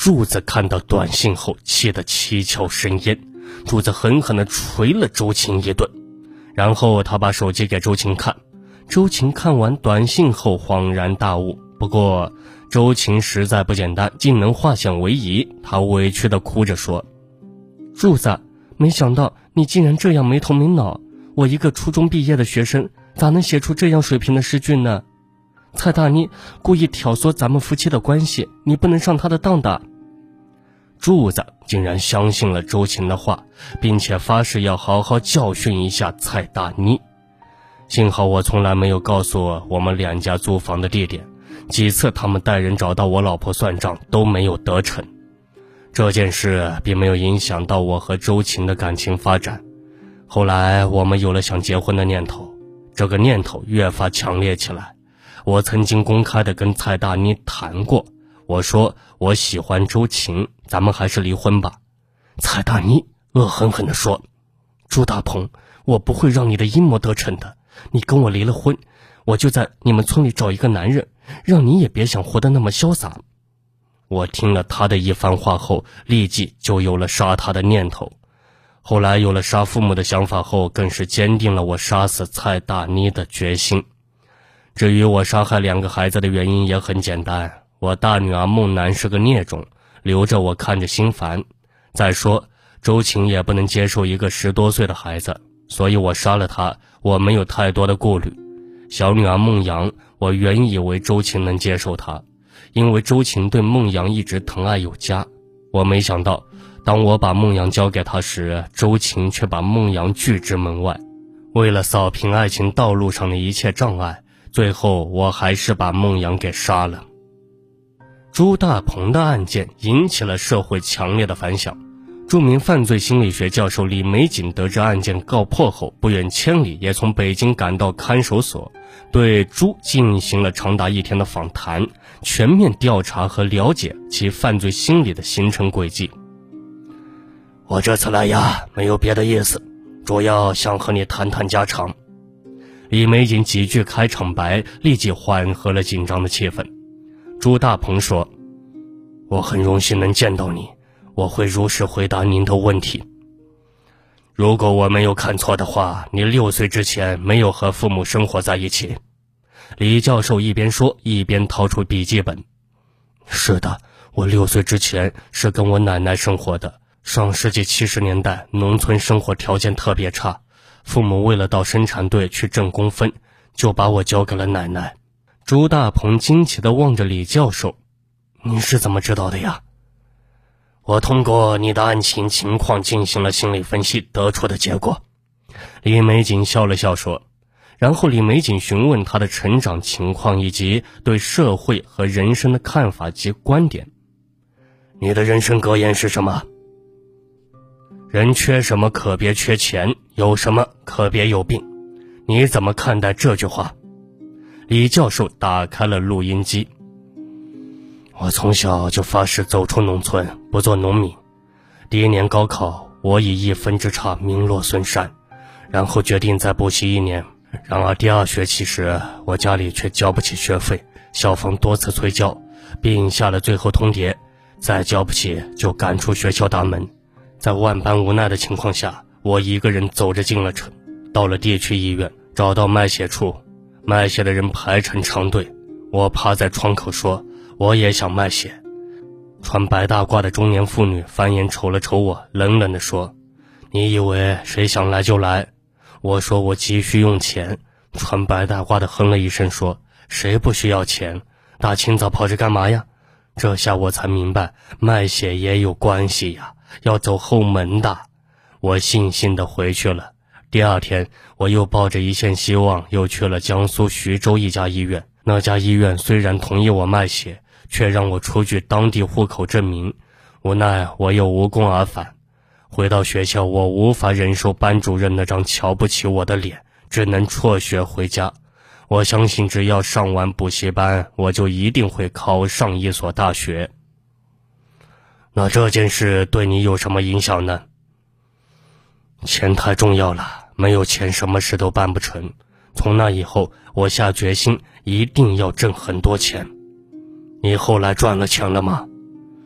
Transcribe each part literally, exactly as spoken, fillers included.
柱子看到短信后气得七窍生烟，柱子狠狠地捶了周琴一顿，然后他把手机给周琴看。周琴看完短信后恍然大悟，不过周琴实在不简单，竟能化险为夷。他委屈地哭着说：柱子，没想到你竟然这样没头没脑，我一个初中毕业的学生咋能写出这样水平的诗句呢？蔡大妮故意挑唆咱们夫妻的关系，你不能上他的当的。柱子竟然相信了周琴的话，并且发誓要好好教训一下蔡大妮。幸好我从来没有告诉我们两家租房的地点，几次他们带人找到我老婆算账都没有得逞。这件事并没有影响到我和周琴的感情发展。后来我们有了想结婚的念头，这个念头越发强烈起来。我曾经公开地跟蔡大妮谈过，我说我喜欢周琴，咱们还是离婚吧。蔡大妮恶狠狠地说：朱大鹏，我不会让你的阴谋得逞的，你跟我离了婚，我就在你们村里找一个男人，让你也别想活得那么潇洒。我听了他的一番话后，立即就有了杀他的念头。后来有了杀父母的想法后，更是坚定了我杀死蔡大妮的决心。至于我杀害两个孩子的原因也很简单，我大女儿梦楠是个孽种，留着我看着心烦。再说周琴也不能接受一个十多岁的孩子，所以我杀了她，我没有太多的顾虑。小女儿梦阳，我原以为周琴能接受她，因为周琴对梦阳一直疼爱有加。我没想到当我把梦阳交给她时，周琴却把梦阳拒之门外。为了扫平爱情道路上的一切障碍，最后我还是把梦阳给杀了。朱大鹏的案件引起了社会强烈的反响。著名犯罪心理学教授李玫瑾得知案件告破后，不远千里也从北京赶到看守所，对朱进行了长达一天的访谈，全面调查和了解其犯罪心理的形成轨迹。我这次来呀，没有别的意思，主要想和你谈谈家常。李玫瑾几句开场白立即缓和了紧张的气氛。朱大鹏说：我很荣幸能见到你，我会如实回答您的问题。如果我没有看错的话，你六岁之前没有和父母生活在一起。李教授一边说一边掏出笔记本。是的，我六岁之前是跟我奶奶生活的。上世纪七十年代，农村生活条件特别差，父母为了到生产队去挣工分，就把我交给了奶奶。朱大鹏惊奇地望着李教授：你是怎么知道的呀？我通过你的案情情况进行了心理分析得出的结果。李玫瑾笑了笑说，然后李玫瑾询问他的成长情况以及对社会和人生的看法及观点。你的人生格言是什么？人缺什么可别缺钱，有什么可别有病。你怎么看待这句话？李教授打开了录音机。我从小就发誓走出农村，不做农民。第一年高考，我以一分之差名落孙山，然后决定再补习一年。然而第二学期时，我家里却交不起学费，校方多次催交，并下了最后通牒，再交不起就赶出学校大门。在万般无奈的情况下，我一个人走着进了城，到了地区医院，找到卖血处，卖血的人排成长队。我趴在窗口说，我也想卖血。穿白大褂的中年妇女翻眼瞅了瞅我，冷冷地说，你以为谁想来就来？我说我急需用钱。穿白大褂的哼了一声说，谁不需要钱？大清早跑着干嘛呀？这下我才明白，卖血也有关系呀，要走后门的。我悻悻地回去了。第二天，我又抱着一线希望，又去了江苏徐州一家医院。那家医院虽然同意我卖血，却让我出具当地户口证明。无奈我又无功而返。回到学校，我无法忍受班主任那张瞧不起我的脸，只能辍学回家。我相信只要上完补习班，我就一定会考上一所大学。那这件事对你有什么影响呢？钱太重要了，没有钱什么事都办不成。从那以后，我下决心一定要挣很多钱。你后来赚了钱了吗？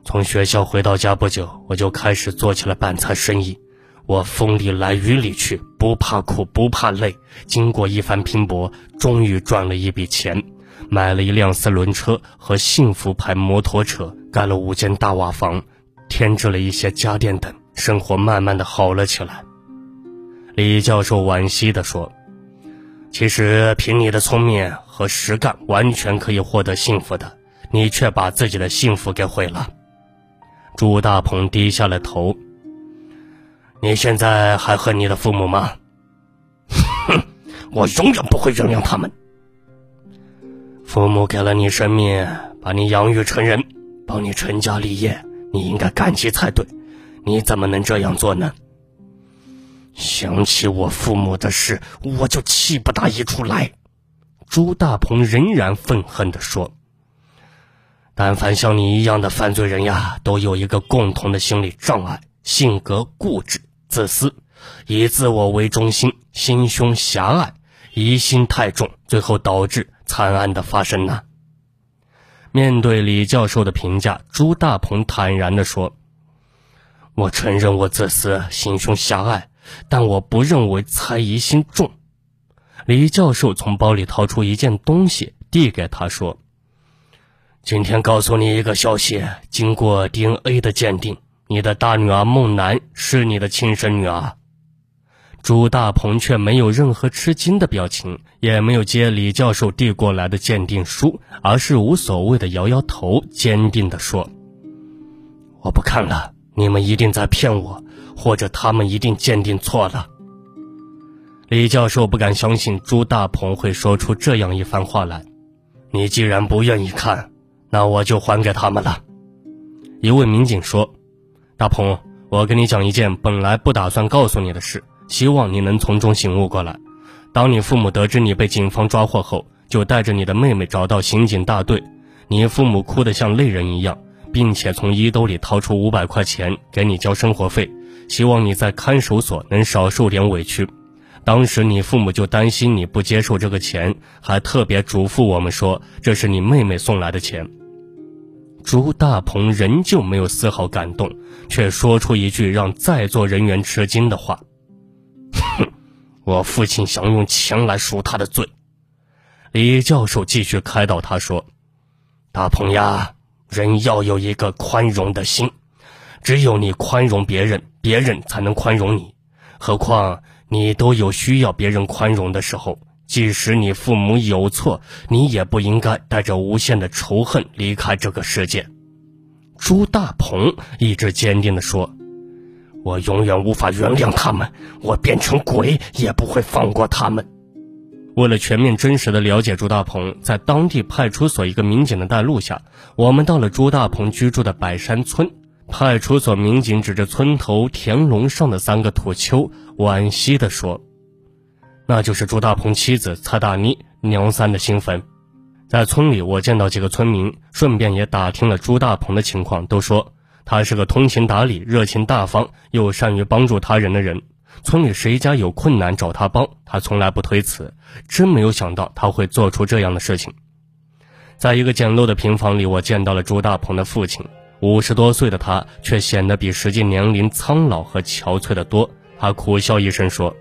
从学校回到家不久，我就开始做起了办菜生意。我风里来雨里去，不怕苦不怕累，经过一番拼搏，终于赚了一笔钱，买了一辆四轮车和幸福牌摩托车，盖了五间大瓦房，添置了一些家电等，生活慢慢的好了起来。李教授惋惜地说，其实凭你的聪明和实干，完全可以获得幸福的，你却把自己的幸福给毁了。朱大鹏低下了头，你现在还恨你的父母吗？哼，我永远不会原谅他们。父母给了你生命，把你养育成人，帮你成家立业，你应该感激才对，你怎么能这样做呢？想起我父母的事，我就气不打一处来。朱大鹏仍然愤恨地说，但凡像你一样的犯罪人呀，都有一个共同的心理障碍，性格固执、自私，以自我为中心，心胸狭隘，疑心太重，最后导致惨案的发生呢。面对李教授的评价，朱大鹏坦然地说，我承认我自私，心胸狭隘，但我不认为猜疑心重。李教授从包里掏出一件东西，递给他说，今天告诉你一个消息，经过 D N A 的鉴定，你的大女儿孟楠是你的亲生女儿。朱大鹏却没有任何吃惊的表情，也没有接李教授递过来的鉴定书，而是无所谓的摇摇头，坚定地说，我不看了，你们一定在骗我，或者他们一定鉴定错了。李教授不敢相信朱大鹏会说出这样一番话来，你既然不愿意看，那我就还给他们了。一位民警说，大鹏，我跟你讲一件本来不打算告诉你的事，希望你能从中醒悟过来。当你父母得知你被警方抓获后，就带着你的妹妹找到刑警大队，你父母哭得像泪人一样，并且从衣兜里掏出五百块钱给你交生活费，希望你在看守所能少受点委屈。当时你父母就担心你不接受这个钱，还特别嘱咐我们说这是你妹妹送来的钱。朱大鹏仍旧没有丝毫感动，却说出一句让在座人员吃惊的话，哼，我父亲想用钱来赎他的罪。李教授继续开导他说，大鹏呀，人要有一个宽容的心，只有你宽容别人，别人才能宽容你。何况你都有需要别人宽容的时候，即使你父母有错，你也不应该带着无限的仇恨离开这个世界。朱大鹏一直坚定地说，我永远无法原谅他们，我变成鬼也不会放过他们。为了全面真实的了解朱大鹏，在当地派出所一个民警的带路下，我们到了朱大鹏居住的百山村。派出所民警指着村头田垄上的三个土丘，惋惜地说，那就是朱大鹏妻子蔡大妮娘三的新坟。在村里我见到几个村民，顺便也打听了朱大鹏的情况，都说他是个通情达理、热情大方又善于帮助他人的人，村里谁家有困难找他帮，他从来不推辞。真没有想到他会做出这样的事情。在一个简陋的平房里，我见到了朱大鹏的父亲。五十多岁的他却显得比实际年龄苍老和憔悴得多。他苦笑一声说，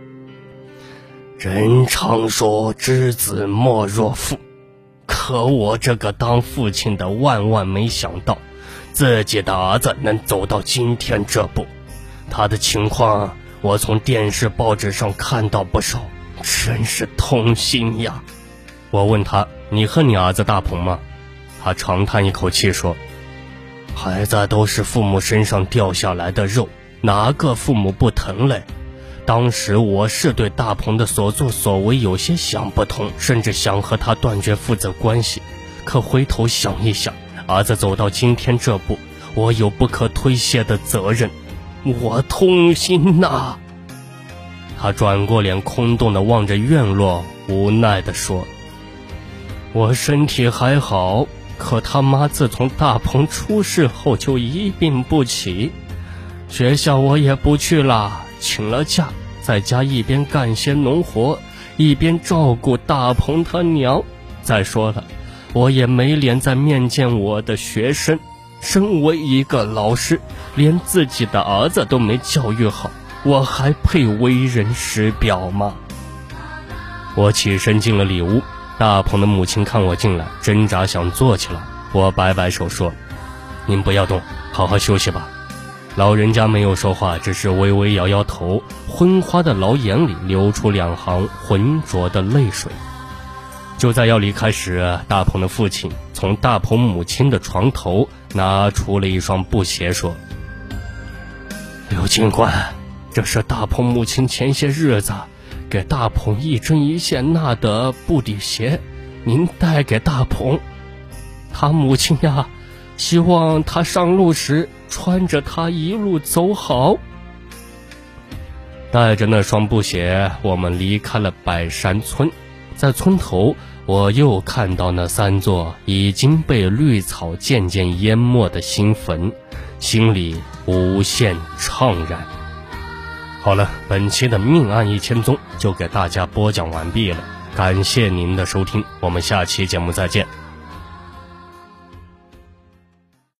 人常说知子莫若父，可我这个当父亲的万万没想到自己的儿子能走到今天这步。他的情况我从电视报纸上看到不少，真是痛心呀。我问他，你恨你儿子大鹏吗？他长叹一口气说，孩子都是父母身上掉下来的肉，哪个父母不疼嘞？当时我是对大鹏的所作所为有些想不通，甚至想和他断绝父子关系。可回头想一想，儿子走到今天这步，我有不可推卸的责任，我痛心呐。他转过脸，空洞地望着院落，无奈地说，我身体还好，可他妈自从大鹏出事后就一病不起，学校我也不去了，请了假，在家一边干些农活，一边照顾大鹏他娘。再说了，我也没脸再面见我的学生， 身为一个老师，连自己的儿子都没教育好，我还配为人师表吗？我起身进了里屋，大鹏的母亲看我进来，挣扎想坐起来，我摆摆手说：您不要动，好好休息吧。老人家没有说话，只是微微摇摇头，昏花的老眼里流出两行浑浊的泪水。就在要离开时，大鹏的父亲从大鹏母亲的床头拿出了一双布鞋，说：刘警官，这是大鹏母亲前些日子给大鹏一针一线纳的布底鞋，您带给大鹏。他母亲呀，希望他上路时穿着它一路走好。带着那双布鞋，我们离开了百山村。在村头，我又看到那三座已经被绿草渐渐淹没的新坟，心里无限怅然。好了，本期的命案一千宗就给大家播讲完毕了，感谢您的收听，我们下期节目再见。